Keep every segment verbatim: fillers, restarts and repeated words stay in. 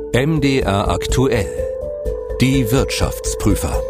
M D R aktuell. Die Wirtschaftsprüfer.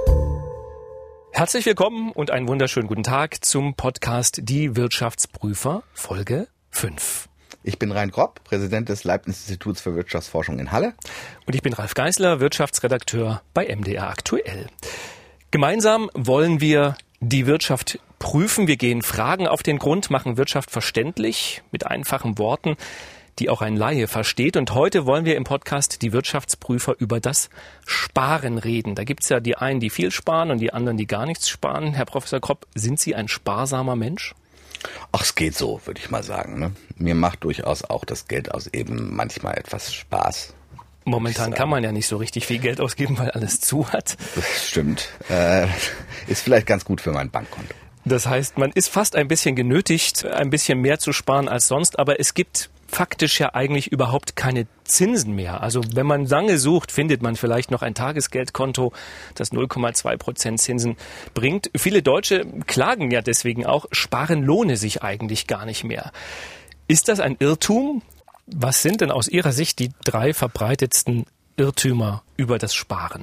Herzlich willkommen und einen wunderschönen guten Tag zum Podcast Die Wirtschaftsprüfer, Folge fünf. Ich bin Rein Gropp, Präsident des Leibniz-Instituts für Wirtschaftsforschung in Halle. Und ich bin Ralf Geisler, Wirtschaftsredakteur bei M D R aktuell. Gemeinsam wollen wir die Wirtschaft prüfen. Wir gehen Fragen auf den Grund, machen Wirtschaft verständlich mit einfachen Worten, die auch ein Laie versteht. Und heute wollen wir im Podcast die Wirtschaftsprüfer über das Sparen reden. Da gibt es ja die einen, die viel sparen und die anderen, die gar nichts sparen. Herr Professor Gropp, sind Sie ein sparsamer Mensch? Ach, es geht so, würde ich mal sagen. Ne? Mir macht durchaus auch das Geld aus eben manchmal etwas Spaß. Momentan kann man ja nicht so richtig viel Geld ausgeben, weil alles zu hat. Das stimmt. Äh, ist vielleicht ganz gut für mein Bankkonto. Das heißt, man ist fast ein bisschen genötigt, ein bisschen mehr zu sparen als sonst, aber es gibt faktisch ja eigentlich überhaupt keine Zinsen mehr. Also wenn man lange sucht, findet man vielleicht noch ein Tagesgeldkonto, das null Komma zwei Prozent Zinsen bringt. Viele Deutsche klagen ja deswegen auch, sparen lohne sich eigentlich gar nicht mehr. Ist das ein Irrtum? Was sind denn aus Ihrer Sicht die drei verbreitetsten Irrtümer über das Sparen?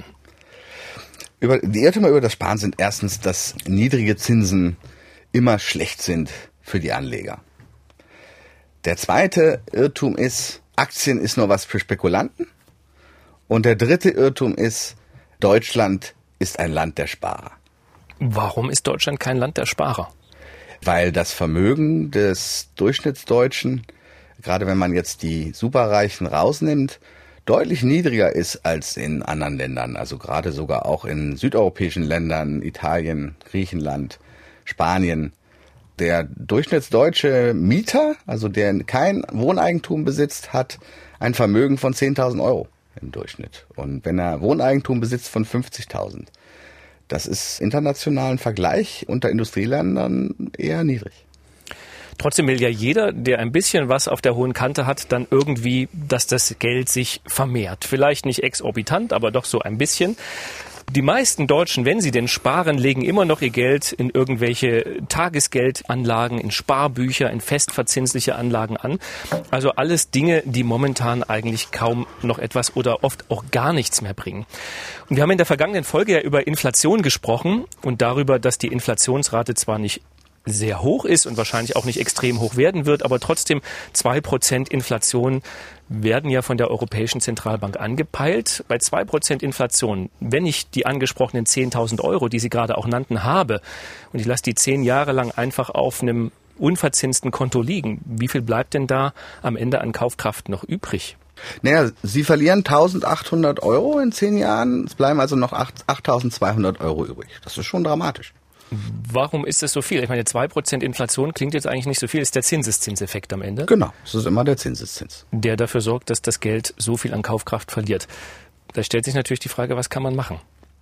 Über, die Irrtümer über das Sparen sind erstens, dass niedrige Zinsen immer schlecht sind für die Anleger. Der zweite Irrtum ist, Aktien ist nur was für Spekulanten. Und der dritte Irrtum ist, Deutschland ist ein Land der Sparer. Warum ist Deutschland kein Land der Sparer? Weil das Vermögen des Durchschnittsdeutschen, gerade wenn man jetzt die Superreichen rausnimmt, deutlich niedriger ist als in anderen Ländern. Also gerade sogar auch in südeuropäischen Ländern, Italien, Griechenland, Spanien. Der durchschnittsdeutsche Mieter, also der kein Wohneigentum besitzt, hat ein Vermögen von zehntausend Euro im Durchschnitt. Und wenn er Wohneigentum besitzt von fünfzigtausend, das ist internationalen Vergleich unter Industrieländern eher niedrig. Trotzdem will ja jeder, der ein bisschen was auf der hohen Kante hat, dann irgendwie, dass das Geld sich vermehrt. Vielleicht nicht exorbitant, aber doch so ein bisschen. Die meisten Deutschen, wenn sie denn sparen, legen immer noch ihr Geld in irgendwelche Tagesgeldanlagen, in Sparbücher, in festverzinsliche Anlagen an. Also alles Dinge, die momentan eigentlich kaum noch etwas oder oft auch gar nichts mehr bringen. Und wir haben in der vergangenen Folge ja über Inflation gesprochen und darüber, dass die Inflationsrate zwar nicht sehr hoch ist und wahrscheinlich auch nicht extrem hoch werden wird, aber trotzdem zwei Prozent Inflation werden ja von der Europäischen Zentralbank angepeilt. Bei zwei Prozent Inflation, wenn ich die angesprochenen zehntausend Euro, die Sie gerade auch nannten, habe und ich lasse die zehn Jahre lang einfach auf einem unverzinsten Konto liegen, wie viel bleibt denn da am Ende an Kaufkraft noch übrig? Naja, Sie verlieren eintausendachthundert Euro in zehn Jahren, es bleiben also noch achttausendzweihundert Euro übrig. Das ist schon dramatisch. Warum ist das so viel? Ich meine, zwei Prozent Inflation klingt jetzt eigentlich nicht so viel. Ist der Zinseszinseffekt am Ende? Genau, das ist immer der Zinseszins. Der dafür sorgt, dass das Geld so viel an Kaufkraft verliert. Da stellt sich natürlich die Frage, was kann man machen?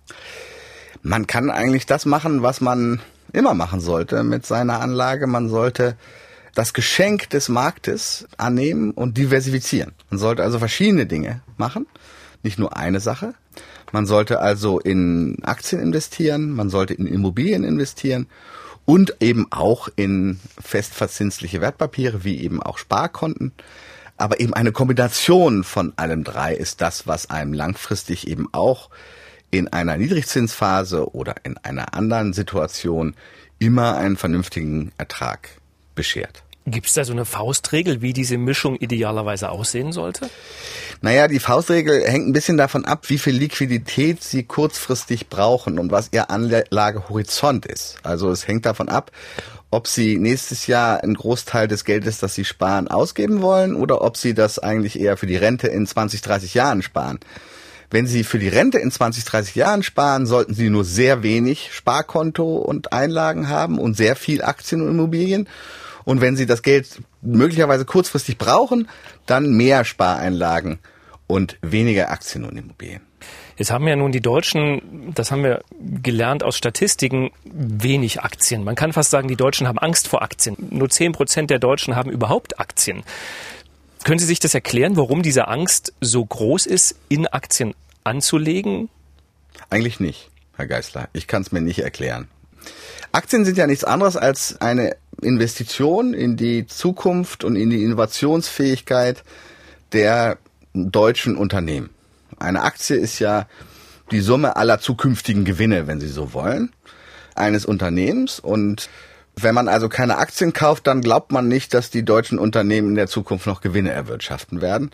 Man kann eigentlich das machen, was man immer machen sollte mit seiner Anlage. Man sollte das Geschenk des Marktes annehmen und diversifizieren. Man sollte also verschiedene Dinge machen, nicht nur eine Sache. Man sollte also in Aktien investieren, man sollte in Immobilien investieren und eben auch in festverzinsliche Wertpapiere, wie eben auch Sparkonten. Aber eben eine Kombination von allem drei ist das, was einem langfristig eben auch in einer Niedrigzinsphase oder in einer anderen Situation immer einen vernünftigen Ertrag beschert. Gibt es da so eine Faustregel, wie diese Mischung idealerweise aussehen sollte? Naja, die Faustregel hängt ein bisschen davon ab, wie viel Liquidität Sie kurzfristig brauchen und was Ihr Anlagehorizont ist. Also es hängt davon ab, ob Sie nächstes Jahr einen Großteil des Geldes, das Sie sparen, ausgeben wollen oder ob Sie das eigentlich eher für die Rente in zwanzig, dreißig Jahren sparen. Wenn Sie für die Rente in zwanzig, dreißig Jahren sparen, sollten Sie nur sehr wenig Sparkonto und Einlagen haben und sehr viel Aktien und Immobilien. Und wenn Sie das Geld möglicherweise kurzfristig brauchen, dann mehr Spareinlagen und weniger Aktien und Immobilien. Jetzt haben ja nun die Deutschen, das haben wir gelernt aus Statistiken, wenig Aktien. Man kann fast sagen, die Deutschen haben Angst vor Aktien. Nur zehn Prozent der Deutschen haben überhaupt Aktien. Können Sie sich das erklären, warum diese Angst so groß ist, in Aktien anzulegen? Eigentlich nicht, Herr Geisler. Ich kann es mir nicht erklären. Aktien sind ja nichts anderes als eine Investition in die Zukunft und in die Innovationsfähigkeit der deutschen Unternehmen. Eine Aktie ist ja die Summe aller zukünftigen Gewinne, wenn Sie so wollen, eines Unternehmens. Und wenn man also keine Aktien kauft, dann glaubt man nicht, dass die deutschen Unternehmen in der Zukunft noch Gewinne erwirtschaften werden,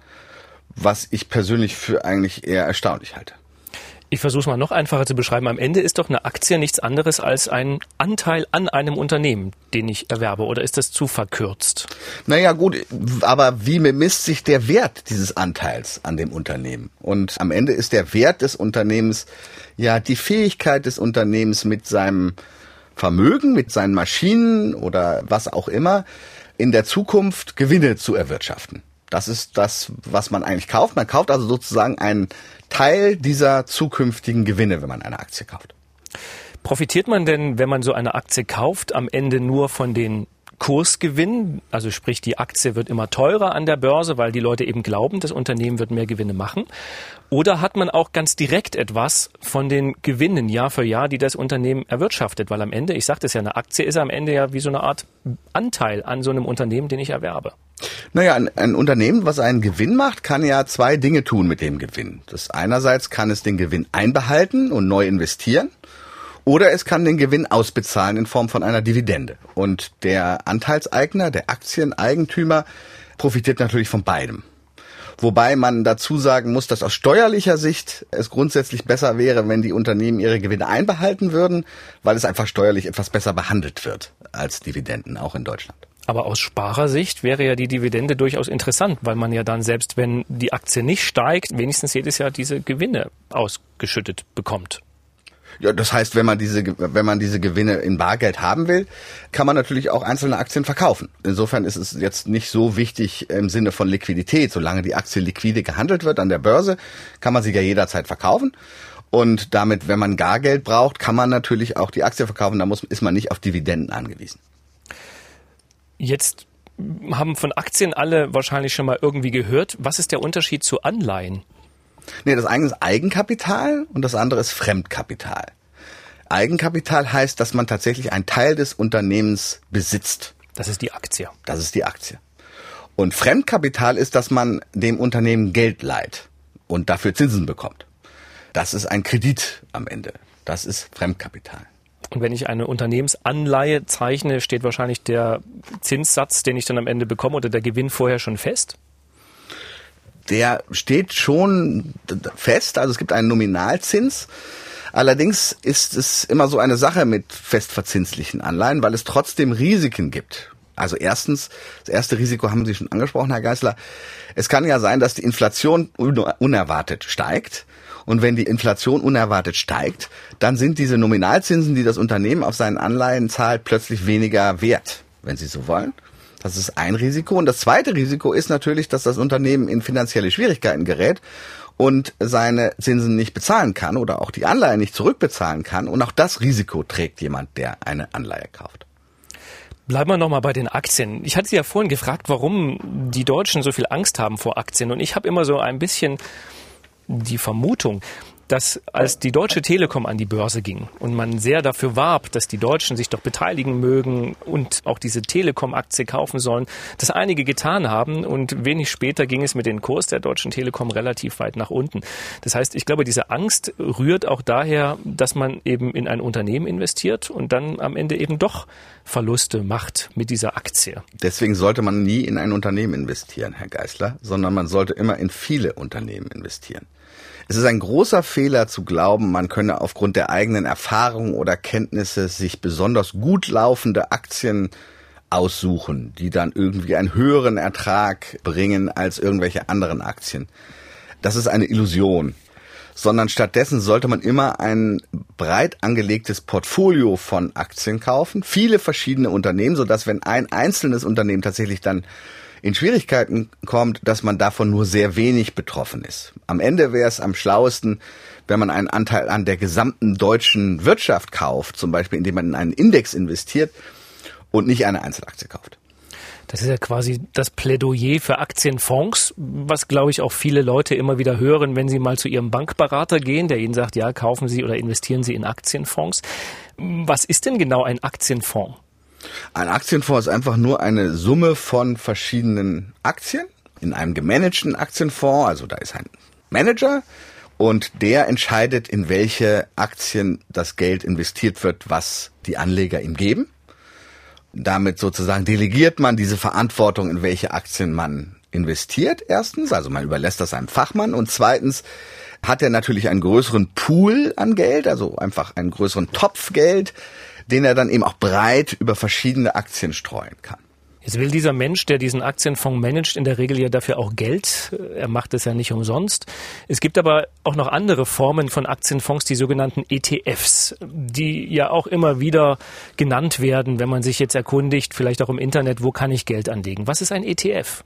was ich persönlich für eigentlich eher erstaunlich halte. Ich versuche es mal noch einfacher zu beschreiben. Am Ende ist doch eine Aktie nichts anderes als ein Anteil an einem Unternehmen, den ich erwerbe. Oder ist das zu verkürzt? Naja gut, aber wie misst sich der Wert dieses Anteils an dem Unternehmen? Und am Ende ist der Wert des Unternehmens ja die Fähigkeit des Unternehmens mit seinem Vermögen, mit seinen Maschinen oder was auch immer, in der Zukunft Gewinne zu erwirtschaften. Das ist das, was man eigentlich kauft. Man kauft also sozusagen einen Teil dieser zukünftigen Gewinne, wenn man eine Aktie kauft. Profitiert man denn, wenn man so eine Aktie kauft, am Ende nur von den Kursgewinnen? Also sprich, die Aktie wird immer teurer an der Börse, weil die Leute eben glauben, das Unternehmen wird mehr Gewinne machen. Oder hat man auch ganz direkt etwas von den Gewinnen Jahr für Jahr, die das Unternehmen erwirtschaftet? Weil am Ende, ich sagte es ja, eine Aktie ist am Ende ja wie so eine Art Anteil an so einem Unternehmen, den ich erwerbe. Naja, ein, ein Unternehmen, was einen Gewinn macht, kann ja zwei Dinge tun mit dem Gewinn. Das einerseits kann es den Gewinn einbehalten und neu investieren. Oder es kann den Gewinn ausbezahlen in Form von einer Dividende. Und der Anteilseigner, der Aktieneigentümer, profitiert natürlich von beidem. Wobei man dazu sagen muss, dass aus steuerlicher Sicht es grundsätzlich besser wäre, wenn die Unternehmen ihre Gewinne einbehalten würden, weil es einfach steuerlich etwas besser behandelt wird als Dividenden, auch in Deutschland. Aber aus Sparersicht wäre ja die Dividende durchaus interessant, weil man ja dann, selbst wenn die Aktie nicht steigt, wenigstens jedes Jahr diese Gewinne ausgeschüttet bekommt. Ja, das heißt, wenn man diese, wenn man diese Gewinne in Bargeld haben will, kann man natürlich auch einzelne Aktien verkaufen. Insofern ist es jetzt nicht so wichtig im Sinne von Liquidität. Solange die Aktie liquide gehandelt wird an der Börse, kann man sie ja jederzeit verkaufen. Und damit, wenn man gar Geld braucht, kann man natürlich auch die Aktie verkaufen. Da muss, ist man nicht auf Dividenden angewiesen. Jetzt haben von Aktien alle wahrscheinlich schon mal irgendwie gehört. Was ist der Unterschied zu Anleihen? Nee, das eine ist Eigenkapital und das andere ist Fremdkapital. Eigenkapital heißt, dass man tatsächlich einen Teil des Unternehmens besitzt. Das ist die Aktie. Das ist die Aktie. Und Fremdkapital ist, dass man dem Unternehmen Geld leiht und dafür Zinsen bekommt. Das ist ein Kredit am Ende. Das ist Fremdkapital. Und wenn ich eine Unternehmensanleihe zeichne, steht wahrscheinlich der Zinssatz, den ich dann am Ende bekomme, oder der Gewinn vorher schon fest? Der steht schon fest, also es gibt einen Nominalzins. Allerdings ist es immer so eine Sache mit festverzinslichen Anleihen, weil es trotzdem Risiken gibt. Also erstens, das erste Risiko haben Sie schon angesprochen, Herr Geisler. Es kann ja sein, dass die Inflation unerwartet steigt. Und wenn die Inflation unerwartet steigt, dann sind diese Nominalzinsen, die das Unternehmen auf seinen Anleihen zahlt, plötzlich weniger wert, wenn Sie so wollen. Das ist ein Risiko. Und das zweite Risiko ist natürlich, dass das Unternehmen in finanzielle Schwierigkeiten gerät und seine Zinsen nicht bezahlen kann oder auch die Anleihe nicht zurückbezahlen kann. Und auch das Risiko trägt jemand, der eine Anleihe kauft. Bleiben wir nochmal bei den Aktien. Ich hatte Sie ja vorhin gefragt, warum die Deutschen so viel Angst haben vor Aktien. Und ich habe immer so ein bisschen die Vermutung, dass als die Deutsche Telekom an die Börse ging und man sehr dafür warb, dass die Deutschen sich doch beteiligen mögen und auch diese Telekom-Aktie kaufen sollen, dass einige getan haben, und wenig später ging es mit dem Kurs der Deutschen Telekom relativ weit nach unten. Das heißt, ich glaube, diese Angst rührt auch daher, dass man eben in ein Unternehmen investiert und dann am Ende eben doch Verluste macht mit dieser Aktie. Deswegen sollte man nie in ein Unternehmen investieren, Herr Geisler, sondern man sollte immer in viele Unternehmen investieren. Es ist ein großer Fehler zu glauben, man könne aufgrund der eigenen Erfahrung oder Kenntnisse sich besonders gut laufende Aktien aussuchen, die dann irgendwie einen höheren Ertrag bringen als irgendwelche anderen Aktien. Das ist eine Illusion. Sondern stattdessen sollte man immer ein breit angelegtes Portfolio von Aktien kaufen, viele verschiedene Unternehmen, sodass, wenn ein einzelnes Unternehmen tatsächlich dann in Schwierigkeiten kommt, dass man davon nur sehr wenig betroffen ist. Am Ende wäre es am schlauesten, wenn man einen Anteil an der gesamten deutschen Wirtschaft kauft, zum Beispiel indem man in einen Index investiert und nicht eine Einzelaktie kauft. Das ist ja quasi das Plädoyer für Aktienfonds, was, glaube ich, auch viele Leute immer wieder hören, wenn sie mal zu ihrem Bankberater gehen, der ihnen sagt, ja, kaufen Sie oder investieren Sie in Aktienfonds. Was ist denn genau ein Aktienfonds? Ein Aktienfonds ist einfach nur eine Summe von verschiedenen Aktien in einem gemanagten Aktienfonds. Also da ist ein Manager, Und der entscheidet, in welche Aktien das Geld investiert wird, was die Anleger ihm geben. Damit sozusagen delegiert man diese Verantwortung, in welche Aktien man investiert, erstens. Also man überlässt das einem Fachmann. Und zweitens hat er natürlich einen größeren Pool an Geld, also einfach einen größeren Topf Geld, den er dann eben auch breit über verschiedene Aktien streuen kann. Jetzt will dieser Mensch, der diesen Aktienfonds managt, in der Regel ja dafür auch Geld. Er macht es ja nicht umsonst. Es gibt aber auch noch andere Formen von Aktienfonds, die sogenannten E T Fs, die ja auch immer wieder genannt werden, wenn man sich jetzt erkundigt, vielleicht auch im Internet, wo kann ich Geld anlegen? Was ist ein E T F?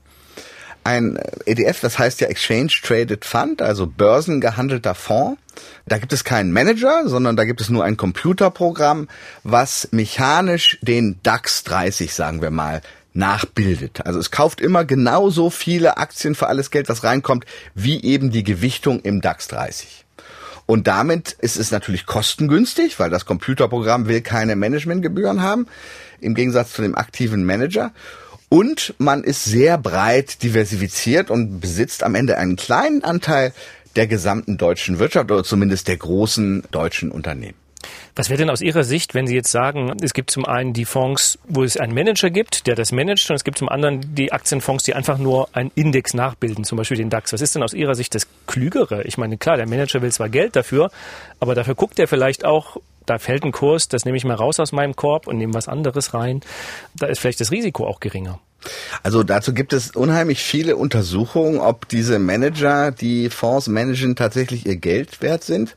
Ein E T F, das heißt ja Exchange Traded Fund, also börsengehandelter Fonds. Da gibt es keinen Manager, sondern da gibt es nur ein Computerprogramm, was mechanisch den DAX dreißig, sagen wir mal, nachbildet. Also es kauft immer genauso viele Aktien für alles Geld, was reinkommt, wie eben die Gewichtung im DAX dreißig. Und damit ist es natürlich kostengünstig, weil das Computerprogramm will keine Managementgebühren haben, im Gegensatz zu dem aktiven Manager. Und man ist sehr breit diversifiziert und besitzt am Ende einen kleinen Anteil der gesamten deutschen Wirtschaft oder zumindest der großen deutschen Unternehmen. Was wäre denn aus Ihrer Sicht, wenn Sie jetzt sagen, es gibt zum einen die Fonds, wo es einen Manager gibt, der das managt, und es gibt zum anderen die Aktienfonds, die einfach nur einen Index nachbilden, zum Beispiel den DAX. Was ist denn aus Ihrer Sicht das Klügere? Ich meine, klar, der Manager will zwar Geld dafür, aber dafür guckt er vielleicht auch, da fällt ein Kurs, das nehme ich mal raus aus meinem Korb und nehme was anderes rein. Da ist vielleicht das Risiko auch geringer. Also dazu gibt es unheimlich viele Untersuchungen, ob diese Manager, die Fonds managen, tatsächlich ihr Geld wert sind.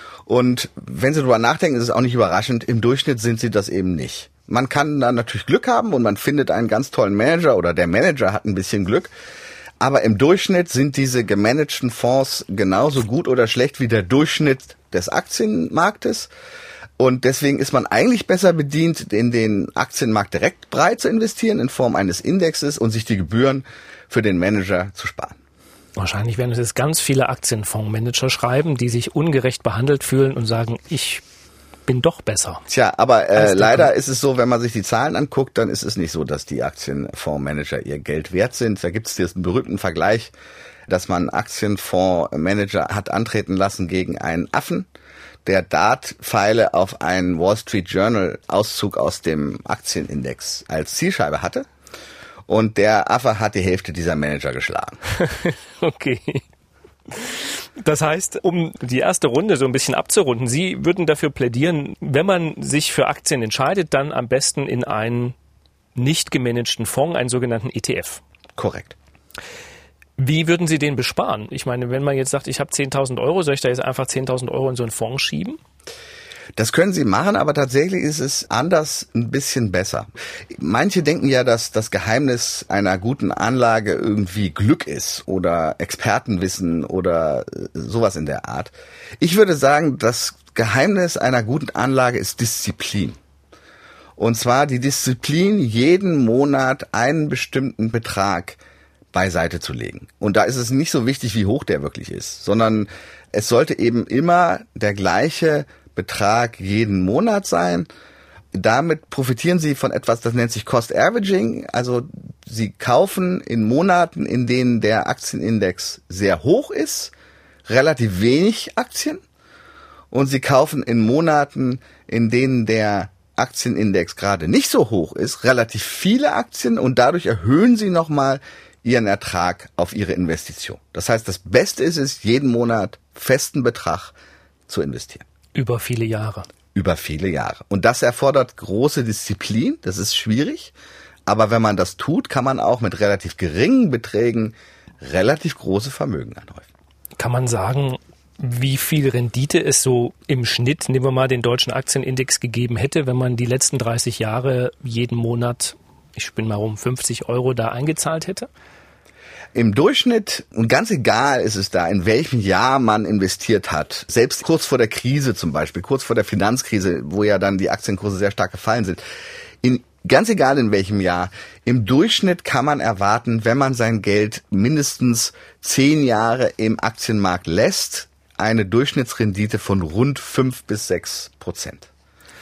Und wenn Sie darüber nachdenken, ist es auch nicht überraschend, im Durchschnitt sind sie das eben nicht. Man kann da natürlich Glück haben und man findet einen ganz tollen Manager oder der Manager hat ein bisschen Glück. Aber im Durchschnitt sind diese gemanagten Fonds genauso gut oder schlecht wie der Durchschnitt des Aktienmarktes. Und deswegen ist man eigentlich besser bedient, in den Aktienmarkt direkt breit zu investieren in Form eines Indexes und sich die Gebühren für den Manager zu sparen. Wahrscheinlich werden es jetzt ganz viele Aktienfondsmanager schreiben, die sich ungerecht behandelt fühlen und sagen, ich bin doch besser. Tja, aber äh, leider ist es so, wenn man sich die Zahlen anguckt, dann ist es nicht so, dass die Aktienfondsmanager ihr Geld wert sind. Da gibt es diesen berühmten Vergleich, dass man Aktienfondsmanager hat antreten lassen gegen einen Affen, der Dartpfeile auf einen Wall Street Journal Auszug aus dem Aktienindex als Zielscheibe hatte. Und der Affe hat die Hälfte dieser Manager geschlagen. Okay. Das heißt, um die erste Runde so ein bisschen abzurunden, Sie würden dafür plädieren, wenn man sich für Aktien entscheidet, dann am besten in einen nicht gemanagten Fonds, einen sogenannten E T F. Korrekt. Wie würden Sie den besparen? Ich meine, wenn man jetzt sagt, ich habe zehntausend Euro, soll ich da jetzt einfach zehntausend Euro in so einen Fonds schieben? Das können Sie machen, aber tatsächlich ist es anders ein bisschen besser. Manche denken ja, dass das Geheimnis einer guten Anlage irgendwie Glück ist oder Expertenwissen oder sowas in der Art. Ich würde sagen, das Geheimnis einer guten Anlage ist Disziplin. Und zwar die Disziplin, jeden Monat einen bestimmten Betrag beiseite zu legen. Und da ist es nicht so wichtig, wie hoch der wirklich ist, sondern es sollte eben immer der gleiche Betrag jeden Monat sein. Damit profitieren Sie von etwas, das nennt sich Cost Averaging. Also Sie kaufen in Monaten, in denen der Aktienindex sehr hoch ist, relativ wenig Aktien. Und Sie kaufen in Monaten, in denen der Aktienindex gerade nicht so hoch ist, relativ viele Aktien. Und dadurch erhöhen Sie nochmal Ihren Ertrag auf Ihre Investition. Das heißt, das Beste ist es, jeden Monat festen Betrag zu investieren. Über viele Jahre. Über viele Jahre. Und das erfordert große Disziplin, das ist schwierig. Aber wenn man das tut, kann man auch mit relativ geringen Beträgen relativ große Vermögen anhäufen. Kann man sagen, wie viel Rendite es so im Schnitt, nehmen wir mal den deutschen Aktienindex, gegeben hätte, wenn man die letzten dreißig Jahre jeden Monat, ich spinne mal rum, fünfzig Euro da eingezahlt hätte? Im Durchschnitt, und ganz egal ist es da, in welchem Jahr man investiert hat, selbst kurz vor der Krise zum Beispiel, kurz vor der Finanzkrise, wo ja dann die Aktienkurse sehr stark gefallen sind, in, ganz egal in welchem Jahr, im Durchschnitt kann man erwarten, wenn man sein Geld mindestens zehn Jahre im Aktienmarkt lässt, eine Durchschnittsrendite von rund fünf bis sechs Prozent.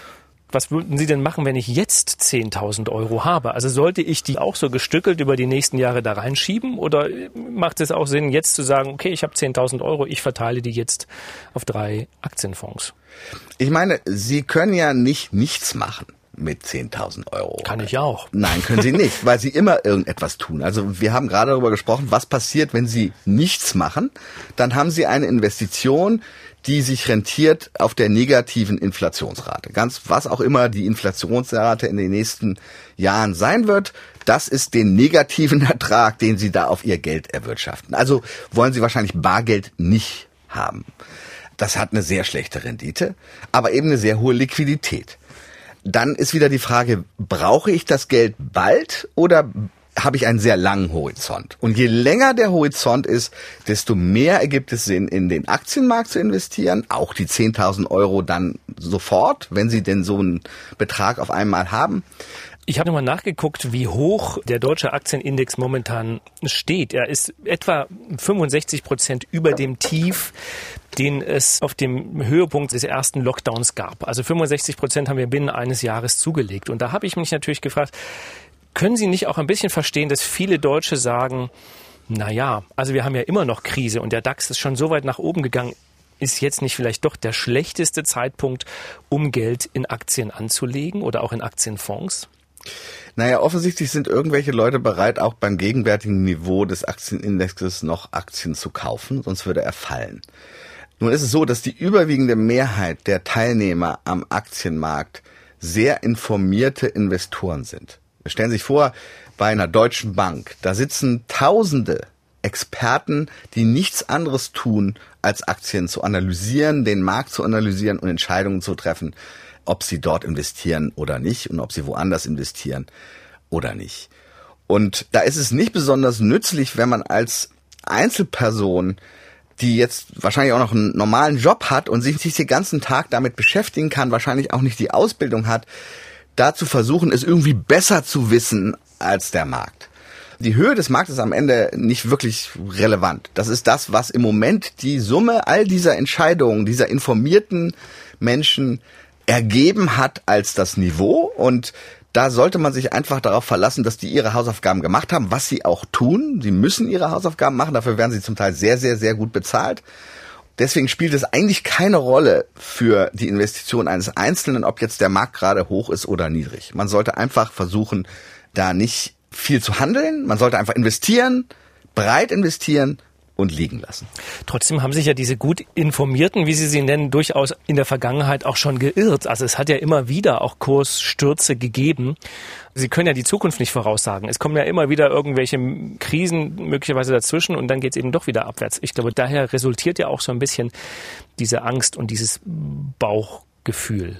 was würden Sie denn machen, wenn ich jetzt zehntausend Euro habe? Also sollte ich die auch so gestückelt über die nächsten Jahre da reinschieben oder macht es auch Sinn, jetzt zu sagen, okay, ich habe zehntausend Euro, ich verteile die jetzt auf drei Aktienfonds? Ich meine, Sie können ja nicht nichts machen mit zehntausend Euro. Kann ich auch. Nein, können Sie nicht, weil Sie immer irgendetwas tun. Also wir haben gerade darüber gesprochen, was passiert, wenn Sie nichts machen. Dann haben Sie eine Investition, die sich rentiert auf der negativen Inflationsrate. Ganz was auch immer die Inflationsrate in den nächsten Jahren sein wird, das ist den negativen Ertrag, den Sie da auf Ihr Geld erwirtschaften. Also wollen Sie wahrscheinlich Bargeld nicht haben. Das hat eine sehr schlechte Rendite, aber eben eine sehr hohe Liquidität. Dann ist wieder die Frage, brauche ich das Geld bald oder habe ich einen sehr langen Horizont? Und je länger der Horizont ist, desto mehr ergibt es Sinn, in den Aktienmarkt zu investieren. Auch die zehntausend Euro dann sofort, wenn Sie denn so einen Betrag auf einmal haben. Ich habe nochmal nachgeguckt, wie hoch der deutsche Aktienindex momentan steht. Er ist etwa fünfundsechzig Prozent über dem Tief, den es auf dem Höhepunkt des ersten Lockdowns gab. Also fünfundsechzig Prozent haben wir binnen eines Jahres zugelegt. Und da habe ich mich natürlich gefragt, können Sie nicht auch ein bisschen verstehen, dass viele Deutsche sagen, na ja, also wir haben ja immer noch Krise und der DAX ist schon so weit nach oben gegangen, ist jetzt nicht vielleicht doch der schlechteste Zeitpunkt, um Geld in Aktien anzulegen oder auch in Aktienfonds? Naja, offensichtlich sind irgendwelche Leute bereit, auch beim gegenwärtigen Niveau des Aktienindexes noch Aktien zu kaufen, sonst würde er fallen. Nun ist es so, dass die überwiegende Mehrheit der Teilnehmer am Aktienmarkt sehr informierte Investoren sind. Stellen Sie sich vor, bei einer deutschen Bank, da sitzen Tausende Experten, die nichts anderes tun, als Aktien zu analysieren, den Markt zu analysieren und Entscheidungen zu treffen, ob sie dort investieren oder nicht und ob sie woanders investieren oder nicht. Und da ist es nicht besonders nützlich, wenn man als Einzelperson, die jetzt wahrscheinlich auch noch einen normalen Job hat und sich den ganzen Tag damit beschäftigen kann, wahrscheinlich auch nicht die Ausbildung hat, da zu versuchen, es irgendwie besser zu wissen als der Markt. Die Höhe des Marktes ist am Ende nicht wirklich relevant. Das ist das, was im Moment die Summe all dieser Entscheidungen, dieser informierten Menschen ergeben hat als das Niveau. Und da sollte man sich einfach darauf verlassen, dass die ihre Hausaufgaben gemacht haben, was sie auch tun. Sie müssen ihre Hausaufgaben machen, dafür werden sie zum Teil sehr, sehr, sehr gut bezahlt. Deswegen spielt es eigentlich keine Rolle für die Investition eines Einzelnen, ob jetzt der Markt gerade hoch ist oder niedrig. Man sollte einfach versuchen, da nicht viel zu handeln. Man sollte einfach investieren, breit investieren und liegen lassen. Trotzdem haben sich ja diese gut informierten, wie Sie sie nennen, durchaus in der Vergangenheit auch schon geirrt. Also es hat ja immer wieder auch Kursstürze gegeben. Sie können ja die Zukunft nicht voraussagen. Es kommen ja immer wieder irgendwelche Krisen möglicherweise dazwischen und dann geht es eben doch wieder abwärts. Ich glaube, daher resultiert ja auch so ein bisschen diese Angst und dieses Bauchgefühl.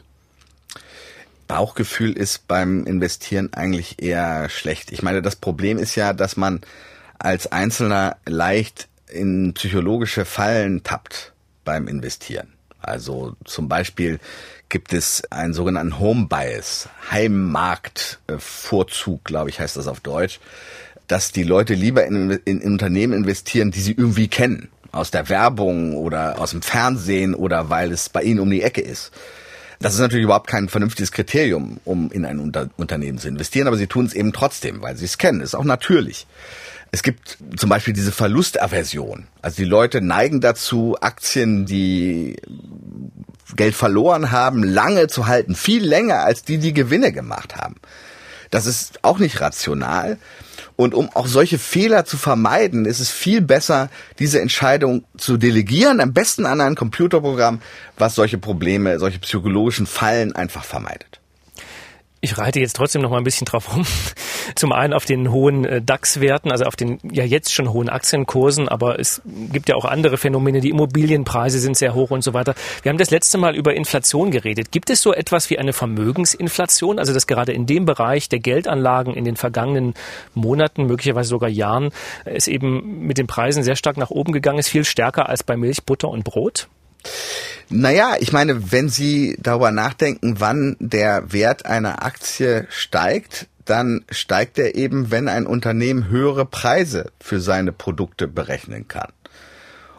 Bauchgefühl ist beim Investieren eigentlich eher schlecht. Ich meine, das Problem ist ja, dass man als Einzelner leicht in psychologische Fallen tappt beim Investieren. Also zum Beispiel gibt es einen sogenannten Home Bias, Heimmarktvorzug, glaube ich, heißt das auf Deutsch, dass die Leute lieber in, in, in Unternehmen investieren, die sie irgendwie kennen, aus der Werbung oder aus dem Fernsehen oder weil es bei ihnen um die Ecke ist. Das ist natürlich überhaupt kein vernünftiges Kriterium, um in ein Unter- Unternehmen zu investieren, aber sie tun es eben trotzdem, weil sie es kennen. Das ist auch natürlich. Es gibt zum Beispiel diese Verlustaversion. Also die Leute neigen dazu, Aktien, die Geld verloren haben, lange zu halten. Viel länger als die, die Gewinne gemacht haben. Das ist auch nicht rational. Und um auch solche Fehler zu vermeiden, ist es viel besser, diese Entscheidung zu delegieren, am besten an ein Computerprogramm, was solche Probleme, solche psychologischen Fallen einfach vermeidet. Ich reite jetzt trotzdem noch mal ein bisschen drauf rum. Zum einen auf den hohen äh, DAX-Werten, also auf den ja jetzt schon hohen Aktienkursen, aber es gibt ja auch andere Phänomene, die Immobilienpreise sind sehr hoch und so weiter. Wir haben das letzte Mal über Inflation geredet. Gibt es so etwas wie eine Vermögensinflation, also dass gerade in dem Bereich der Geldanlagen in den vergangenen Monaten, möglicherweise sogar Jahren, es eben mit den Preisen sehr stark nach oben gegangen ist, viel stärker als bei Milch, Butter und Brot? Naja, ich meine, wenn Sie darüber nachdenken, wann der Wert einer Aktie steigt, dann steigt er eben, wenn ein Unternehmen höhere Preise für seine Produkte berechnen kann.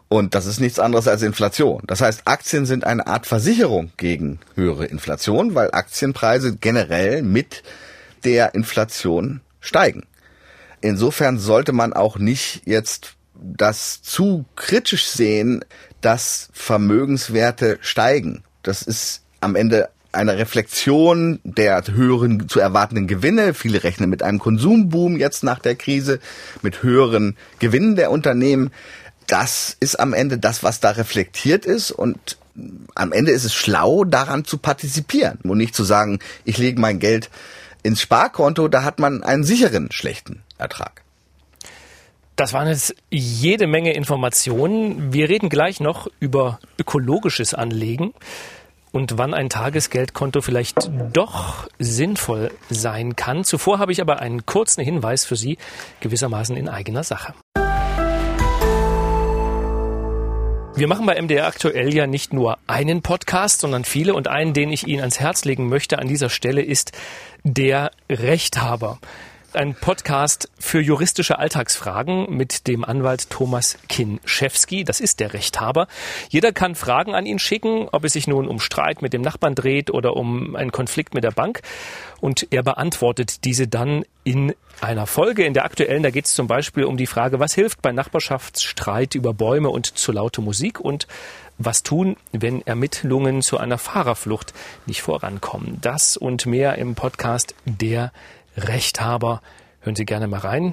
Und das ist nichts anderes als Inflation. Das heißt, Aktien sind eine Art Versicherung gegen höhere Inflation, weil Aktienpreise generell mit der Inflation steigen. Insofern sollte man auch nicht jetzt das zu kritisch sehen, dass Vermögenswerte steigen. Das ist am Ende eine Reflexion der höheren zu erwartenden Gewinne. Viele rechnen mit einem Konsumboom jetzt nach der Krise, mit höheren Gewinnen der Unternehmen. Das ist am Ende das, was da reflektiert ist, und am Ende ist es schlau, daran zu partizipieren und nicht zu sagen, ich lege mein Geld ins Sparkonto, da hat man einen sicheren schlechten Ertrag. Das waren jetzt jede Menge Informationen. Wir reden gleich noch über ökologisches Anlegen und wann ein Tagesgeldkonto vielleicht doch sinnvoll sein kann. Zuvor habe ich aber einen kurzen Hinweis für Sie, gewissermaßen in eigener Sache. Wir machen bei M D R aktuell ja nicht nur einen Podcast, sondern viele, und einen, den ich Ihnen ans Herz legen möchte an dieser Stelle, ist Der Rechthaber. Ein Podcast für juristische Alltagsfragen mit dem Anwalt Thomas Kinschewski. Das ist der Rechthaber. Jeder kann Fragen an ihn schicken, ob es sich nun um Streit mit dem Nachbarn dreht oder um einen Konflikt mit der Bank. Und er beantwortet diese dann in einer Folge. In der aktuellen, da geht es zum Beispiel um die Frage, was hilft bei Nachbarschaftsstreit über Bäume und zu laute Musik, und was tun, wenn Ermittlungen zu einer Fahrerflucht nicht vorankommen. Das und mehr im Podcast Der Rechthaber. Hören Sie gerne mal rein.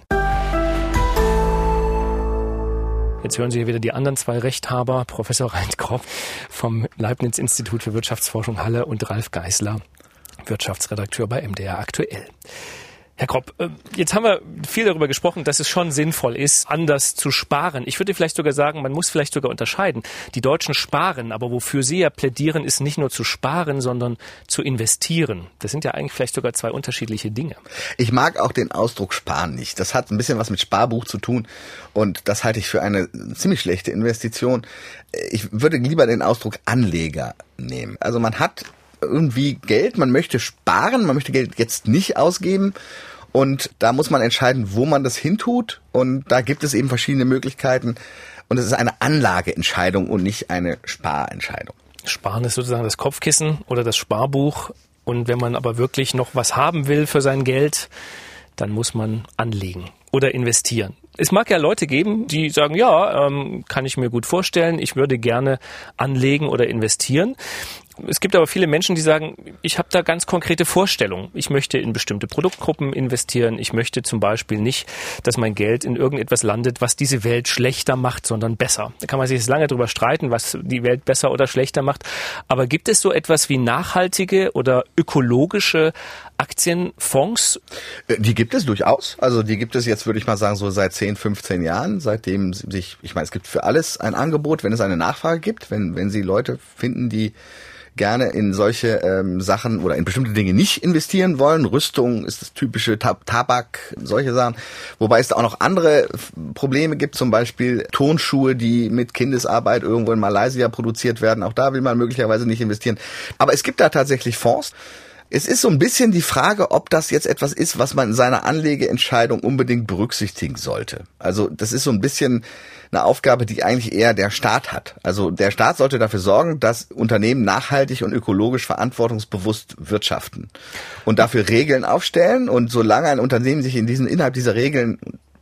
Jetzt hören Sie hier wieder die anderen zwei Rechthaber, Professor Reint Kropp vom Leibniz-Institut für Wirtschaftsforschung Halle und Ralf Geißler, Wirtschaftsredakteur bei M D R aktuell. Herr Kropp, jetzt haben wir viel darüber gesprochen, dass es schon sinnvoll ist, anders zu sparen. Ich würde vielleicht sogar sagen, man muss vielleicht sogar unterscheiden. Die Deutschen sparen, aber wofür Sie ja plädieren, ist nicht nur zu sparen, sondern zu investieren. Das sind ja eigentlich vielleicht sogar zwei unterschiedliche Dinge. Ich mag auch den Ausdruck sparen nicht. Das hat ein bisschen was mit Sparbuch zu tun, und das halte ich für eine ziemlich schlechte Investition. Ich würde lieber den Ausdruck Anleger nehmen. Also man hat irgendwie Geld, man möchte sparen, man möchte Geld jetzt nicht ausgeben, und da muss man entscheiden, wo man das hintut, und da gibt es eben verschiedene Möglichkeiten, und es ist eine Anlageentscheidung und nicht eine Sparentscheidung. Sparen ist sozusagen das Kopfkissen oder das Sparbuch, und wenn man aber wirklich noch was haben will für sein Geld, dann muss man anlegen oder investieren. Es mag ja Leute geben, die sagen, ja, ähm, kann ich mir gut vorstellen, ich würde gerne anlegen oder investieren. Es gibt aber viele Menschen, die sagen, ich habe da ganz konkrete Vorstellungen. Ich möchte in bestimmte Produktgruppen investieren. Ich möchte zum Beispiel nicht, dass mein Geld in irgendetwas landet, was diese Welt schlechter macht, sondern besser. Da kann man sich jetzt lange drüber streiten, was die Welt besser oder schlechter macht. Aber gibt es so etwas wie nachhaltige oder ökologische Aktienfonds? Die gibt es durchaus. Also die gibt es jetzt, würde ich mal sagen, so seit zehn, fünfzehn Jahren, seitdem sich, ich meine, es gibt für alles ein Angebot, wenn es eine Nachfrage gibt, wenn, wenn Sie Leute finden, die gerne in solche ähm, Sachen oder in bestimmte Dinge nicht investieren wollen. Rüstung ist das typische, Tab- Tabak, solche Sachen. Wobei es da auch noch andere Probleme gibt, zum Beispiel Turnschuhe, die mit Kindesarbeit irgendwo in Malaysia produziert werden. Auch da will man möglicherweise nicht investieren. Aber es gibt da tatsächlich Fonds. Es ist so ein bisschen die Frage, ob das jetzt etwas ist, was man in seiner Anlegeentscheidung unbedingt berücksichtigen sollte. Also das ist so ein bisschen eine Aufgabe, die eigentlich eher der Staat hat. Also der Staat sollte dafür sorgen, dass Unternehmen nachhaltig und ökologisch verantwortungsbewusst wirtschaften und dafür Regeln aufstellen. Und solange ein Unternehmen sich in diesen innerhalb dieser Regeln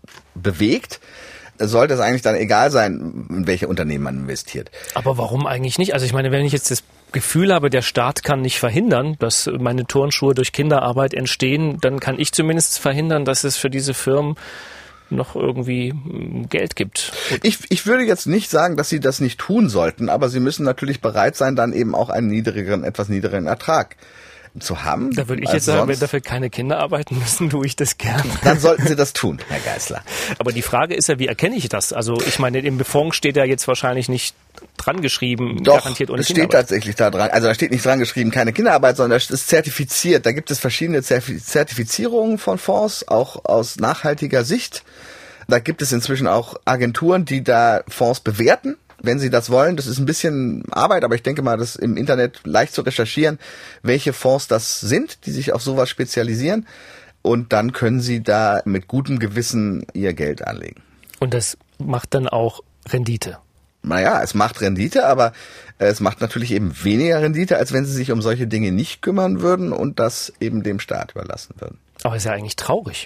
bewegt, sollte es eigentlich dann egal sein, in welche Unternehmen man investiert. Aber warum eigentlich nicht? Also ich meine, wenn ich jetzt das Gefühl habe, der Staat kann nicht verhindern, dass meine Turnschuhe durch Kinderarbeit entstehen, dann kann ich zumindest verhindern, dass es für diese Firmen noch irgendwie Geld gibt. Ich, ich würde jetzt nicht sagen, dass sie das nicht tun sollten, aber sie müssen natürlich bereit sein, dann eben auch einen niedrigeren, etwas niedrigeren Ertrag zu haben. Da würde ich jetzt sagen, wenn dafür keine Kinder arbeiten müssen, tue ich das gerne. Dann sollten Sie das tun, Herr Geißler. Aber die Frage ist ja, wie erkenne ich das? Also ich meine, im Fonds steht ja jetzt wahrscheinlich nicht dran geschrieben, Doch, garantiert ohne es steht Kinderarbeit. tatsächlich da dran. Also da steht nicht dran geschrieben, keine Kinderarbeit, sondern das ist zertifiziert. Da gibt es verschiedene Zertifizierungen von Fonds, auch aus nachhaltiger Sicht. Da gibt es inzwischen auch Agenturen, die da Fonds bewerten, wenn Sie das wollen. Das ist ein bisschen Arbeit, aber ich denke mal, das ist im Internet leicht zu recherchieren, welche Fonds das sind, die sich auf sowas spezialisieren. Und dann können Sie da mit gutem Gewissen Ihr Geld anlegen. Und das macht dann auch Rendite? naja, es macht Rendite, aber es macht natürlich eben weniger Rendite, als wenn sie sich um solche Dinge nicht kümmern würden und das eben dem Staat überlassen würden. Aber ist ja eigentlich traurig.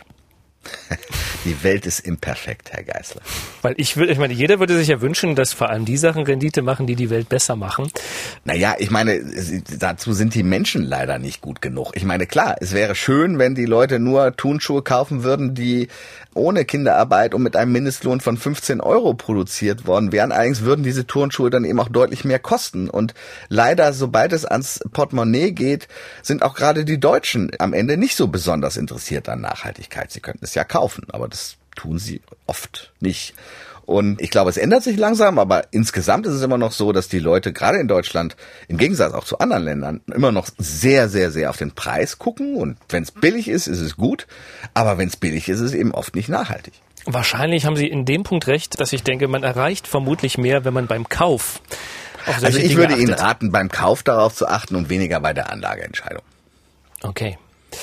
Die Welt ist imperfekt, Herr Geisler. Weil ich würde, ich meine, jeder würde sich ja wünschen, dass vor allem die Sachen Rendite machen, die die Welt besser machen. Naja, ich meine, dazu sind die Menschen leider nicht gut genug. Ich meine, klar, es wäre schön, wenn die Leute nur Turnschuhe kaufen würden, die ohne Kinderarbeit und mit einem Mindestlohn von fünfzehn Euro produziert worden wären. Allerdings würden diese Turnschuhe dann eben auch deutlich mehr kosten. Und leider, sobald es ans Portemonnaie geht, sind auch gerade die Deutschen am Ende nicht so besonders interessiert an Nachhaltigkeit. Sie könnten es ja kaufen, aber das tun sie oft nicht. Und ich glaube, es ändert sich langsam, aber insgesamt ist es immer noch so, dass die Leute gerade in Deutschland, im Gegensatz auch zu anderen Ländern, immer noch sehr, sehr, sehr auf den Preis gucken. Und wenn es billig ist, ist es gut. Aber wenn es billig ist, ist es eben oft nicht nachhaltig. Wahrscheinlich haben Sie in dem Punkt recht, dass ich denke, man erreicht vermutlich mehr, wenn man beim Kauf auf solche Also ich Dinge würde achtet. Ihnen raten, beim Kauf darauf zu achten und weniger bei der Anlageentscheidung. Okay.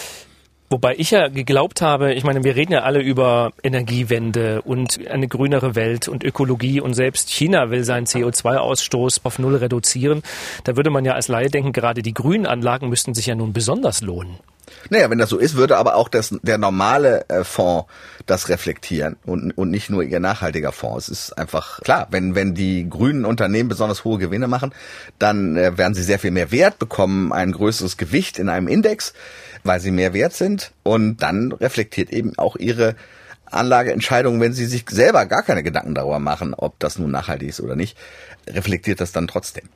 Wobei ich ja geglaubt habe, ich meine, wir reden ja alle über Energiewende und eine grünere Welt und Ökologie und selbst China will seinen C O zwei Ausstoß auf null reduzieren. Da würde man ja als Laie denken, gerade die grünen Anlagen müssten sich ja nun besonders lohnen. Naja, wenn das so ist, würde aber auch das, der normale äh, Fonds das reflektieren und, und nicht nur ihr nachhaltiger Fonds. Es ist einfach klar, wenn, wenn die grünen Unternehmen besonders hohe Gewinne machen, dann äh, werden sie sehr viel mehr Wert bekommen, ein größeres Gewicht in einem Index, weil sie mehr wert sind. Und dann reflektiert eben auch ihre Anlageentscheidungen, wenn sie sich selber gar keine Gedanken darüber machen, ob das nun nachhaltig ist oder nicht, reflektiert das dann trotzdem.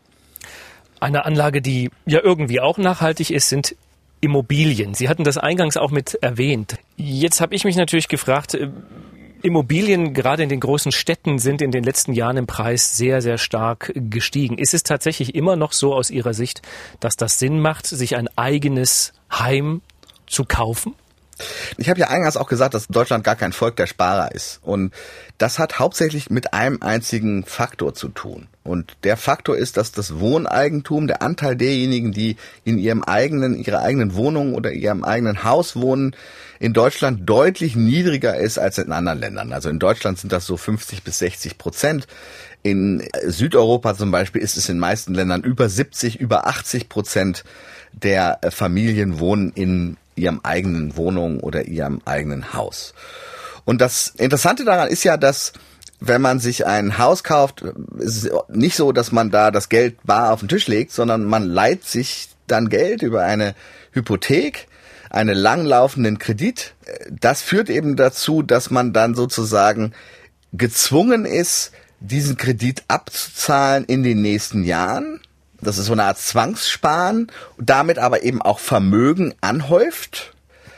Eine Anlage, die ja irgendwie auch nachhaltig ist, sind Immobilien. Sie hatten das eingangs auch mit erwähnt. Jetzt habe ich mich natürlich gefragt, äh, Immobilien gerade in den großen Städten sind in den letzten Jahren im Preis sehr, sehr stark gestiegen. Ist es tatsächlich immer noch so aus Ihrer Sicht, dass das Sinn macht, sich ein eigenes Heim zu kaufen? Ich habe ja eingangs auch gesagt, dass Deutschland gar kein Volk der Sparer ist. Und das hat hauptsächlich mit einem einzigen Faktor zu tun. Und der Faktor ist, dass das Wohneigentum, der Anteil derjenigen, die in ihrem eigenen, ihrer eigenen Wohnung oder ihrem eigenen Haus wohnen, in Deutschland deutlich niedriger ist als in anderen Ländern. Also in Deutschland sind das so fünfzig bis sechzig Prozent. In Südeuropa zum Beispiel ist es in den meisten Ländern über siebzig, über achtzig Prozent der Familien wohnen in ihrem eigenen Wohnung oder ihrem eigenen Haus. Und das Interessante daran ist ja, dass wenn man sich ein Haus kauft, ist es nicht so, dass man da das Geld bar auf den Tisch legt, sondern man leiht sich dann Geld über eine Hypothek, einen langlaufenden Kredit. Das führt eben dazu, dass man dann sozusagen gezwungen ist, diesen Kredit abzuzahlen in den nächsten Jahren. Das ist so eine Art Zwangssparen, damit aber eben auch Vermögen anhäuft.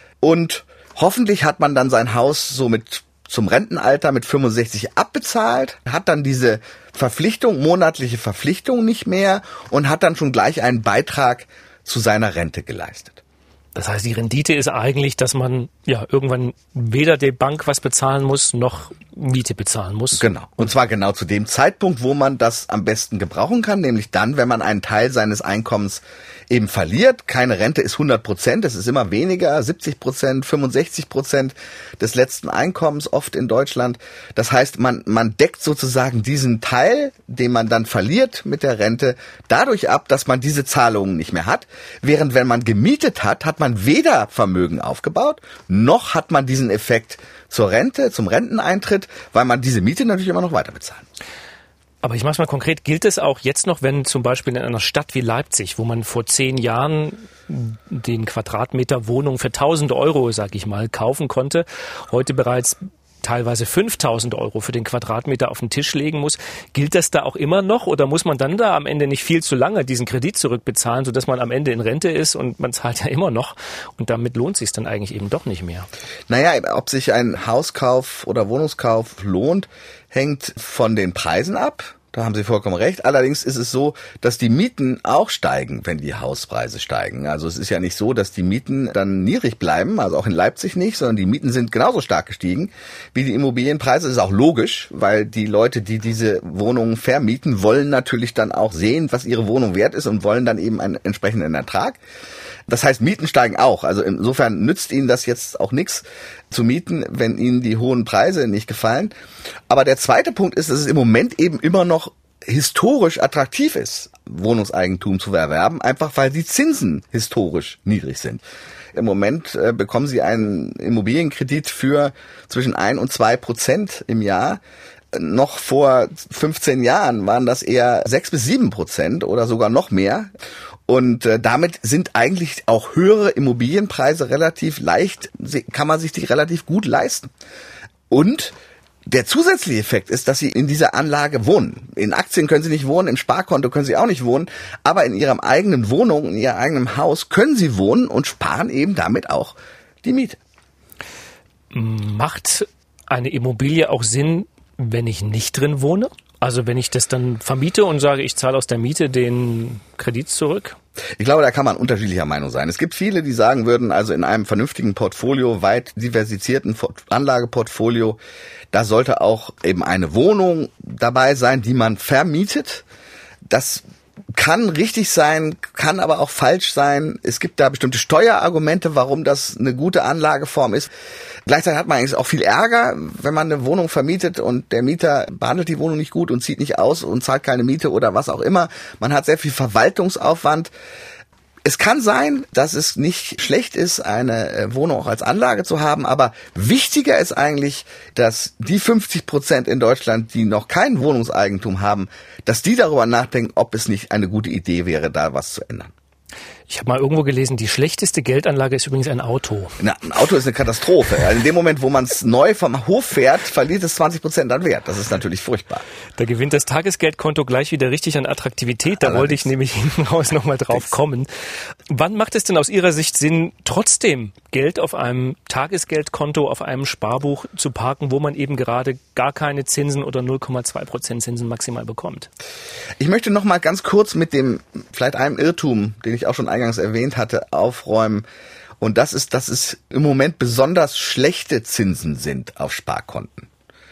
Und hoffentlich hat man dann sein Haus so mit zum Rentenalter mit fünfundsechzig abbezahlt, hat dann diese Verpflichtung, monatliche Verpflichtung nicht mehr und hat dann schon gleich einen Beitrag zu seiner Rente geleistet. Das heißt, die Rendite ist eigentlich, dass man ja irgendwann weder der Bank was bezahlen muss, noch Miete bezahlen muss. Genau. Und zwar genau zu dem Zeitpunkt, wo man das am besten gebrauchen kann, nämlich dann, wenn man einen Teil seines Einkommens eben verliert. Keine Rente ist hundert Prozent, es ist immer weniger, siebzig Prozent, fünfundsechzig Prozent des letzten Einkommens oft in Deutschland. Das heißt, man, man deckt sozusagen diesen Teil, den man dann verliert mit der Rente, dadurch ab, dass man diese Zahlungen nicht mehr hat. Während wenn man gemietet hat, hat man weder Vermögen aufgebaut, noch hat man diesen Effekt zur Rente, zum Renteneintritt, weil man diese Miete natürlich immer noch weiter bezahlen muss. Aber ich mache es mal konkret, gilt es auch jetzt noch, wenn zum Beispiel in einer Stadt wie Leipzig, wo man vor zehn Jahren den Quadratmeter Wohnung für tausend Euro, sag ich mal, kaufen konnte, heute bereits teilweise fünftausend Euro für den Quadratmeter auf den Tisch legen muss. Gilt das da auch immer noch oder muss man dann da am Ende nicht viel zu lange diesen Kredit zurückbezahlen, sodass man am Ende in Rente ist und man zahlt ja immer noch und damit lohnt sich dann eigentlich eben doch nicht mehr? Naja, ob sich ein Hauskauf oder Wohnungskauf lohnt, hängt von den Preisen ab. Da haben Sie vollkommen recht. Allerdings ist es so, dass die Mieten auch steigen, wenn die Hauspreise steigen. Also es ist ja nicht so, dass die Mieten dann niedrig bleiben, also auch in Leipzig nicht, sondern die Mieten sind genauso stark gestiegen wie die Immobilienpreise. Das ist auch logisch, weil die Leute, die diese Wohnungen vermieten, wollen natürlich dann auch sehen, was ihre Wohnung wert ist und wollen dann eben einen entsprechenden Ertrag. Das heißt, Mieten steigen auch. Also insofern nützt Ihnen das jetzt auch nichts zu mieten, wenn Ihnen die hohen Preise nicht gefallen. Aber der zweite Punkt ist, dass es im Moment eben immer noch historisch attraktiv ist, Wohnungseigentum zu erwerben, einfach weil die Zinsen historisch niedrig sind. Im Moment äh, bekommen Sie einen Immobilienkredit für zwischen ein und zwei Prozent im Jahr. Noch vor fünfzehn Jahren waren das eher sechs bis sieben Prozent oder sogar noch mehr. Und äh, damit sind eigentlich auch höhere Immobilienpreise relativ leicht, kann man sich die relativ gut leisten. Und der zusätzliche Effekt ist, dass Sie in dieser Anlage wohnen. In Aktien können Sie nicht wohnen, im Sparkonto können Sie auch nicht wohnen, aber in Ihrem eigenen Wohnung, in Ihrem eigenen Haus können Sie wohnen und sparen eben damit auch die Miete. Macht eine Immobilie auch Sinn, wenn ich nicht drin wohne? Also wenn ich das dann vermiete und sage, ich zahle aus der Miete den Kredit zurück? Ich glaube, da kann man unterschiedlicher Meinung sein. Es gibt viele, die sagen würden, also in einem vernünftigen Portfolio, weit diversifizierten Anlageportfolio, da sollte auch eben eine Wohnung dabei sein, die man vermietet. Das kann richtig sein, kann aber auch falsch sein. Es gibt da bestimmte Steuerargumente, warum das eine gute Anlageform ist. Gleichzeitig hat man eigentlich auch viel Ärger, wenn man eine Wohnung vermietet und der Mieter behandelt die Wohnung nicht gut und zieht nicht aus und zahlt keine Miete oder was auch immer. Man hat sehr viel Verwaltungsaufwand. Es kann sein, dass es nicht schlecht ist, eine Wohnung auch als Anlage zu haben, aber wichtiger ist eigentlich, dass die fünfzig Prozent in Deutschland, die noch kein Wohnungseigentum haben, dass die darüber nachdenken, ob es nicht eine gute Idee wäre, da was zu ändern. Ich habe mal irgendwo gelesen, die schlechteste Geldanlage ist übrigens ein Auto. Na, ein Auto ist eine Katastrophe. In dem Moment, wo man es neu vom Hof fährt, verliert es zwanzig Prozent an Wert. Das ist natürlich furchtbar. Da gewinnt das Tagesgeldkonto gleich wieder richtig an Attraktivität. Da Allerdings. wollte ich nämlich hinten raus nochmal drauf kommen. Wann macht es denn aus Ihrer Sicht Sinn, trotzdem Geld auf einem Tagesgeldkonto, auf einem Sparbuch zu parken, wo man eben gerade gar keine Zinsen oder null Komma zwei Prozent Zinsen maximal bekommt? Ich möchte noch mal ganz kurz mit dem, vielleicht einem Irrtum, den ich auch schon eingangs erwähnt hatte, aufräumen. Und das ist, dass es im Moment besonders schlechte Zinsen sind auf Sparkonten.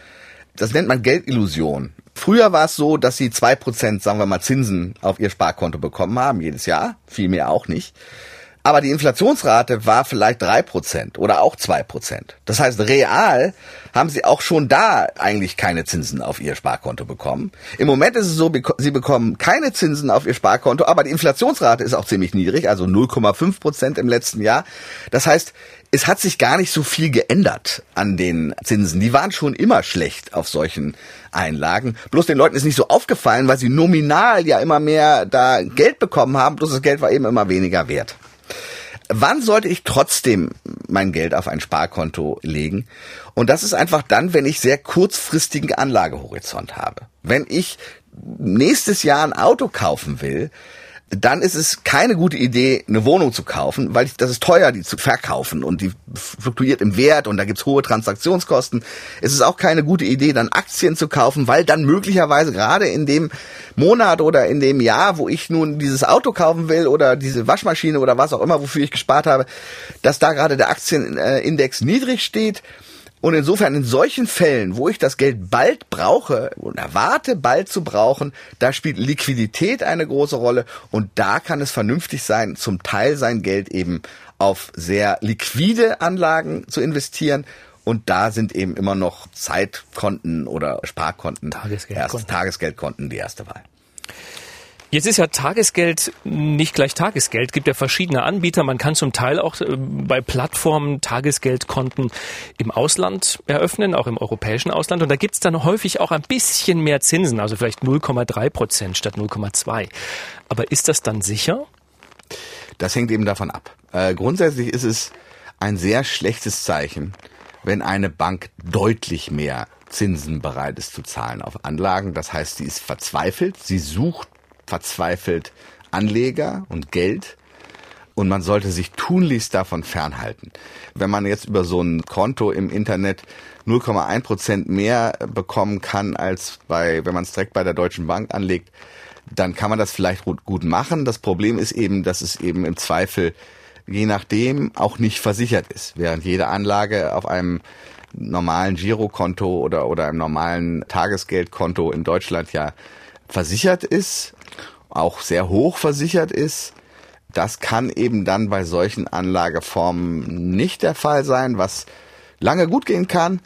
Das nennt man Geldillusion. Früher war es so, dass Sie zwei Prozent, sagen wir mal, Zinsen auf Ihr Sparkonto bekommen haben, jedes Jahr, viel mehr auch nicht. Aber die Inflationsrate war vielleicht drei Prozent oder auch zwei Prozent. Das heißt, real haben Sie auch schon da eigentlich keine Zinsen auf Ihr Sparkonto bekommen. Im Moment ist es so, Sie bekommen keine Zinsen auf Ihr Sparkonto, aber die Inflationsrate ist auch ziemlich niedrig, also null Komma fünf Prozent im letzten Jahr. Das heißt, es hat sich gar nicht so viel geändert an den Zinsen. Die waren schon immer schlecht auf solchen Einlagen. Bloß den Leuten ist nicht so aufgefallen, weil sie nominal ja immer mehr da Geld bekommen haben, bloß das Geld war eben immer weniger wert. Wann sollte ich trotzdem mein Geld auf ein Sparkonto legen? Und das ist einfach dann, wenn ich sehr kurzfristigen Anlagehorizont habe. Wenn ich nächstes Jahr ein Auto kaufen will, dann ist es keine gute Idee, eine Wohnung zu kaufen, weil das ist teuer, die zu verkaufen und die fluktuiert im Wert und da gibt's hohe Transaktionskosten. Es ist auch keine gute Idee, dann Aktien zu kaufen, weil dann möglicherweise gerade in dem Monat oder in dem Jahr, wo ich nun dieses Auto kaufen will oder diese Waschmaschine oder was auch immer, wofür ich gespart habe, dass da gerade der Aktienindex niedrig steht. Und insofern in solchen Fällen, wo ich das Geld bald brauche und erwarte, bald zu brauchen, da spielt Liquidität eine große Rolle und da kann es vernünftig sein, zum Teil sein Geld eben auf sehr liquide Anlagen zu investieren. Und da sind eben immer noch Zeitkonten oder Sparkonten, Tagesgeldkonten, erst, Tagesgeldkonten die erste Wahl. Jetzt ist ja Tagesgeld nicht gleich Tagesgeld. Es gibt ja verschiedene Anbieter. Man kann zum Teil auch bei Plattformen Tagesgeldkonten im Ausland eröffnen, auch im europäischen Ausland. Und da gibt es dann häufig auch ein bisschen mehr Zinsen, also vielleicht null Komma drei Prozent statt null Komma zwei. Aber ist das dann sicher? Das hängt eben davon ab. Äh, grundsätzlich ist es ein sehr schlechtes Zeichen, wenn eine Bank deutlich mehr Zinsen bereit ist zu zahlen auf Anlagen. Das heißt, sie ist verzweifelt, sie sucht verzweifelt Anleger und Geld und man sollte sich tunlichst davon fernhalten. Wenn man jetzt über so ein Konto im Internet null Komma eins Prozent mehr bekommen kann als bei, wenn man es direkt bei der Deutschen Bank anlegt, dann kann man das vielleicht gut machen. Das Problem ist eben, dass es eben im Zweifel je nachdem auch nicht versichert ist, während jede Anlage auf einem normalen Girokonto oder oder einem normalen Tagesgeldkonto in Deutschland ja versichert ist, auch sehr hoch versichert ist. Das kann eben dann bei solchen Anlageformen nicht der Fall sein, was lange gut gehen kann,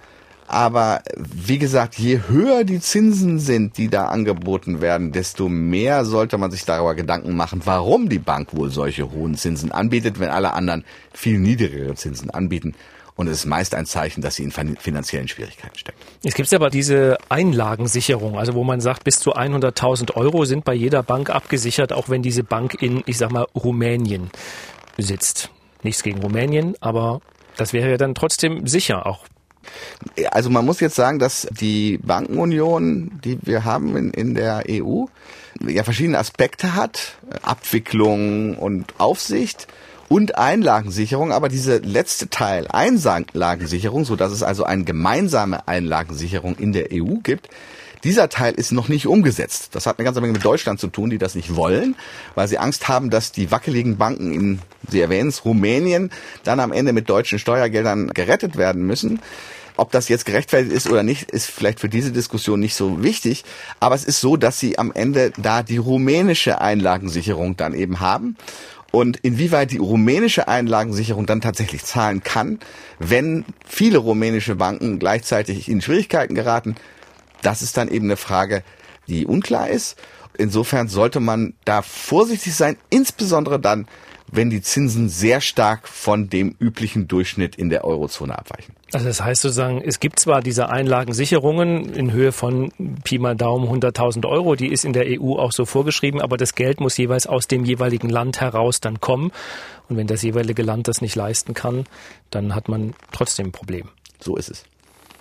Aber wie gesagt, je höher die Zinsen sind, die da angeboten werden, desto mehr sollte man sich darüber Gedanken machen, warum die Bank wohl solche hohen Zinsen anbietet, wenn alle anderen viel niedrigere Zinsen anbieten. Und es ist meist ein Zeichen, dass sie in finanziellen Schwierigkeiten steckt. Es gibt aber diese Einlagensicherung, also wo man sagt, bis zu hunderttausend Euro sind bei jeder Bank abgesichert, auch wenn diese Bank in, ich sag mal, Rumänien sitzt. Nichts gegen Rumänien, aber das wäre ja dann trotzdem sicher auch. Also man muss jetzt sagen, dass die Bankenunion, die wir haben in, in der E U, ja verschiedene Aspekte hat. Abwicklung und Aufsicht und Einlagensicherung. Aber diese letzte Teil, Einlagensicherung, so dass es also eine gemeinsame Einlagensicherung in der E U gibt, dieser Teil ist noch nicht umgesetzt. Das hat eine ganze Menge mit Deutschland zu tun, die das nicht wollen, weil sie Angst haben, dass die wackeligen Banken in, Sie erwähnen es, Rumänien, dann am Ende mit deutschen Steuergeldern gerettet werden müssen. Ob das jetzt gerechtfertigt ist oder nicht, ist vielleicht für diese Diskussion nicht so wichtig. Aber es ist so, dass sie am Ende da die rumänische Einlagensicherung dann eben haben. Und inwieweit die rumänische Einlagensicherung dann tatsächlich zahlen kann, wenn viele rumänische Banken gleichzeitig in Schwierigkeiten geraten, das ist dann eben eine Frage, die unklar ist. Insofern sollte man da vorsichtig sein, insbesondere dann, wenn die Zinsen sehr stark von dem üblichen Durchschnitt in der Eurozone abweichen. Also das heißt sozusagen, es gibt zwar diese Einlagensicherungen in Höhe von Pi mal Daumen hunderttausend Euro, die ist in der E U auch so vorgeschrieben, aber das Geld muss jeweils aus dem jeweiligen Land heraus dann kommen. Und wenn das jeweilige Land das nicht leisten kann, dann hat man trotzdem ein Problem. So ist es.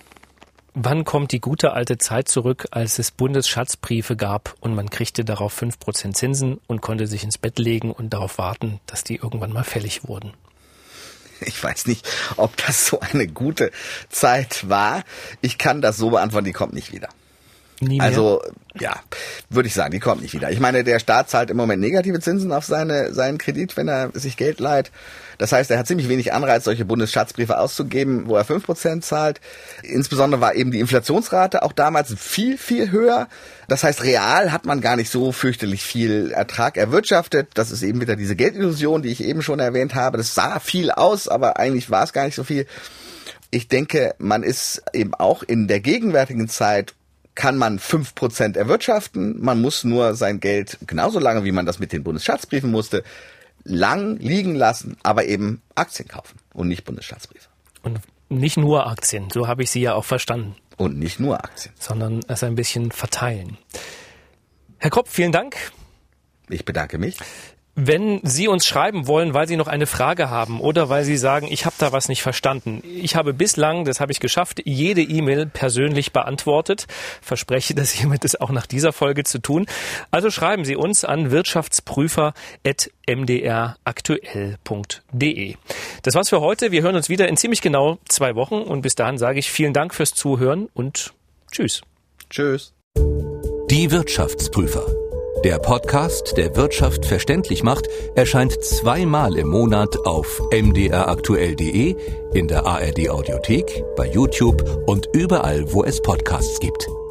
Wann kommt die gute alte Zeit zurück, als es Bundesschatzbriefe gab und man kriegte darauf fünf Prozent Zinsen und konnte sich ins Bett legen und darauf warten, dass die irgendwann mal fällig wurden? Ich weiß nicht, ob das so eine gute Zeit war. Ich kann das so beantworten, die kommt nicht wieder. Nie mehr? Also, ja, würde ich sagen, die kommt nicht wieder. Ich meine, der Staat zahlt im Moment negative Zinsen auf seine, seinen Kredit, wenn er sich Geld leiht. Das heißt, er hat ziemlich wenig Anreiz, solche Bundesschatzbriefe auszugeben, wo er fünf Prozent zahlt. Insbesondere war eben die Inflationsrate auch damals viel, viel höher. Das heißt, real hat man gar nicht so fürchterlich viel Ertrag erwirtschaftet. Das ist eben wieder diese Geldillusion, die ich eben schon erwähnt habe. Das sah viel aus, aber eigentlich war es gar nicht so viel. Ich denke, man ist eben auch in der gegenwärtigen Zeit, kann man fünf Prozent erwirtschaften. Man muss nur sein Geld, genauso lange wie man das mit den Bundesschatzbriefen musste, lang liegen lassen, aber eben Aktien kaufen und nicht Bundesschatzbriefe. Und nicht nur Aktien, so habe ich Sie ja auch verstanden. Und nicht nur Aktien. Sondern es ein bisschen verteilen. Herr Kropp, vielen Dank. Ich bedanke mich. Wenn Sie uns schreiben wollen, weil Sie noch eine Frage haben oder weil Sie sagen, ich habe da was nicht verstanden. Ich habe bislang, das habe ich geschafft, jede E-Mail persönlich beantwortet. Verspreche das hiermit ist auch nach dieser Folge zu tun. Also schreiben Sie uns an wirtschaftsprüfer at m d r aktuell punkt d e. Das war's für heute. Wir hören uns wieder in ziemlich genau zwei Wochen und bis dahin sage ich vielen Dank fürs Zuhören und tschüss. Tschüss. Die Wirtschaftsprüfer. Der Podcast, der Wirtschaft verständlich macht, erscheint zweimal im Monat auf m d r aktuell punkt d e, in der A R D Audiothek, bei YouTube und überall, wo es Podcasts gibt.